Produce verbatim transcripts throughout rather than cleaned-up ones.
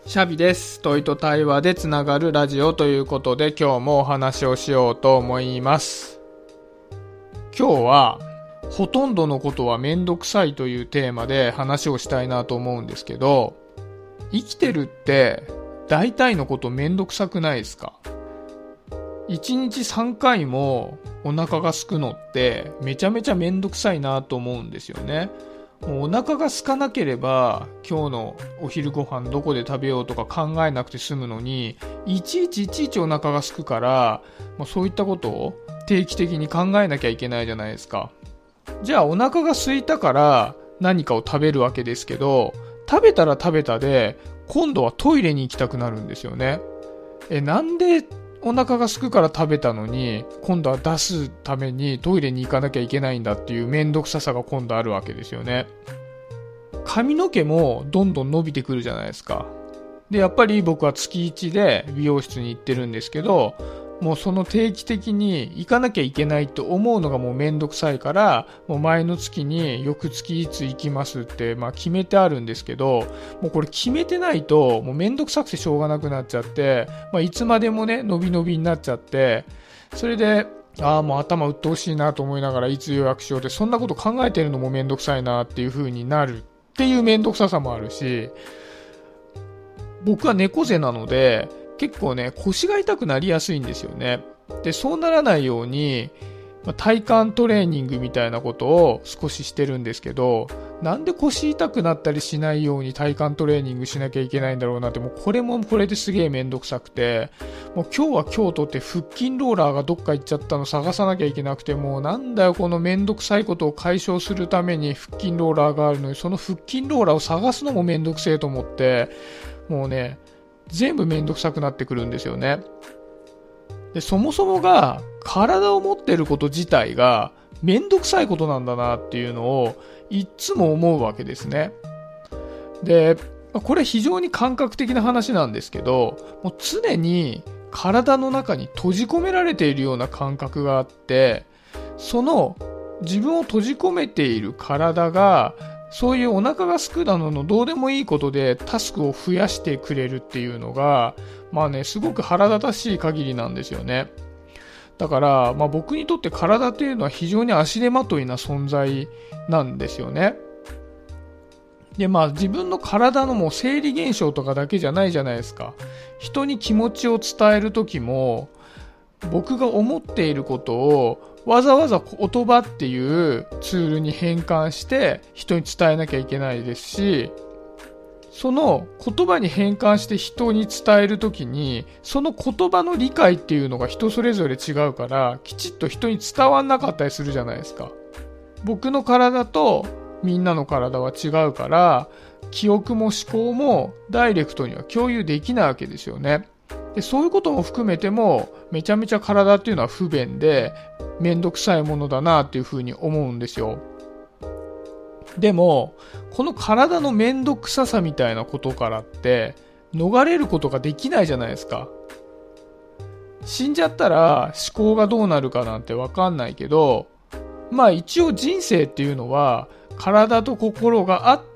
シャビです。問いと対話でつながるラジオということで、今日もお話をしようと思います。今日はほとんどのことはめんどくさいというテーマで話をしたいなと思うんですけど、生きてるって大体のことめんどくさくないですか？いちにちさんかいもお腹が空くのってめちゃめちゃめんどくさいなと思うんですよね。もうお腹が空かなければ今日のお昼ご飯どこで食べようとか考えなくて済むのに、いちいちいちいちお腹が空くから、もうそういったことを定期的に考えなきゃいけないじゃないですか。じゃあお腹が空いたから何かを食べるわけですけど、食べたら食べたで今度はトイレに行きたくなるんですよね。え、なんでお腹が空くから食べたのに今度は出すためにトイレに行かなきゃいけないんだっていうめんどくささが今度あるわけですよね。髪の毛もどんどん伸びてくるじゃないですか。でやっぱり僕は月いちで美容室に行ってるんですけど、もうその定期的に行かなきゃいけないと思うのがもうめんどくさいから、もう前の月に翌月いつ行きますってまあ決めてあるんですけど、もうこれ決めてないともうめんどくさくてしょうがなくなっちゃって、まあ、いつまでもね伸び伸びになっちゃって、それでああもう頭鬱陶しいなと思いながらいつ予約しようって、そんなこと考えてるのもめんどくさいなっていう風になるっていうめんどくささもあるし、僕は猫背なので結構ね腰が痛くなりやすいんですよね。でそうならないように、まあ、体幹トレーニングみたいなことを少ししてるんですけど、なんで腰痛くなったりしないように体幹トレーニングしなきゃいけないんだろうなって、もうこれもこれですげえめんどくさくて、もう今日は今日とって腹筋ローラーがどっか行っちゃったの探さなきゃいけなくて、もうなんだよこのめんどくさいことを解消するために腹筋ローラーがあるのに、その腹筋ローラーを探すのもめんどくせえと思って、もうね全部めんどくさくなってくるんですよね。でそもそもが体を持ってること自体がめんどくさいことなんだなっていうのをいつも思うわけですね。でこれ非常に感覚的な話なんですけど、もう常に体の中に閉じ込められているような感覚があって、その自分を閉じ込めている体がそういうお腹が空くなどのどうでもいいことでタスクを増やしてくれるっていうのが、まあね、すごく腹立たしい限りなんですよね。だから、まあ、僕にとって体というのは非常に足手まといな存在なんですよね。で、まあ自分の体のもう生理現象とかだけじゃないじゃないですか。人に気持ちを伝えるときも、僕が思っていることをわざわざ言葉っていうツールに変換して人に伝えなきゃいけないですし、その言葉に変換して人に伝えるときにその言葉の理解っていうのが人それぞれ違うから、きちっと人に伝わんなかったりするじゃないですか。僕の体とみんなの体は違うから、記憶も思考もダイレクトには共有できないわけですよね。でそういうことも含めてもめちゃめちゃ体っていうのは不便でめんどくさいものだなっていうふうに思うんですよ。でもこの体のめんどくささみたいなことからって逃れることができないじゃないですか。死んじゃったら思考がどうなるかなんてわかんないけど、まあ一応人生っていうのは体と心があって、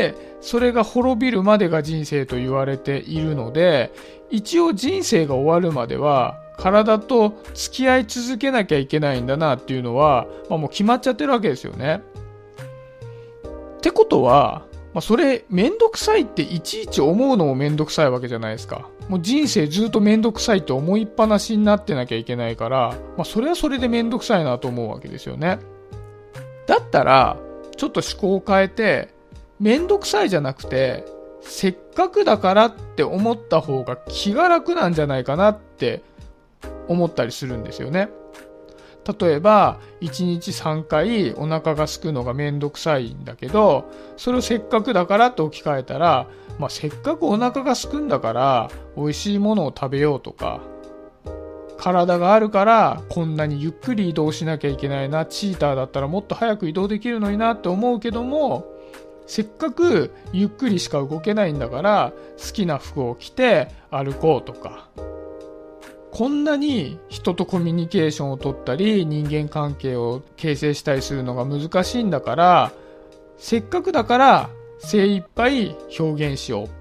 それが滅びるまでが人生と言われているので、一応人生が終わるまでは体と付き合い続けなきゃいけないんだなっていうのは、まあ、もう決まっちゃってるわけですよね。ってことは、まあ、それめんどくさいっていちいち思うのもめんどくさいわけじゃないですか。もう人生ずっとめんどくさいって思いっぱなしになってなきゃいけないから、まあ、それはそれでめんどくさいなと思うわけですよね。だったらちょっと思考を変えて、めんどくさいじゃなくてせっかくだからって思った方が気が楽なんじゃないかなって思ったりするんですよね。例えばいちにちさんかいお腹が空くのがめんどくさいんだけど、それをせっかくだからって置き換えたら、まあ、せっかくお腹が空くんだから美味しいものを食べようとか、体があるからこんなにゆっくり移動しなきゃいけないな、チーターだったらもっと早く移動できるのになって思うけども、せっかくゆっくりしか動けないんだから好きな服を着て歩こうとか、こんなに人とコミュニケーションを取ったり人間関係を形成したりするのが難しいんだから、せっかくだから精一杯表現しようっ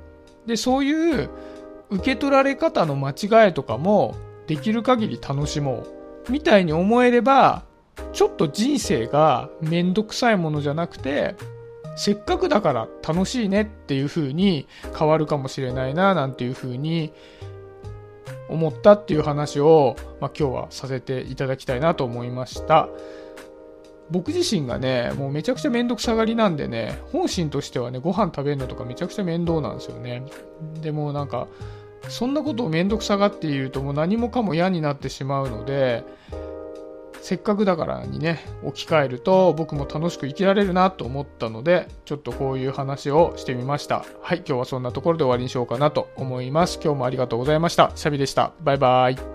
で、そういう受け取られ方の間違いとかもできる限り楽しもうみたいに思えれば、ちょっと人生がめんどくさいものじゃなくて、せっかくだから楽しいねっていう風に変わるかもしれないななんていう風に思ったっていう話を、まあ、今日はさせていただきたいなと思いました。僕自身がね、もうめちゃくちゃめんどくさがりなんでね、本心としてはね、ご飯食べるのとかめちゃくちゃ面倒なんですよね。でもなんかそんなことをめんどくさがっているともう何もかも嫌になってしまうので、せっかくだからにね、置き換えると僕も楽しく生きられるなと思ったので、ちょっとこういう話をしてみました。はい、今日はそんなところで終わりにしようかなと思います。今日もありがとうございました。シャビでした。バイバイ。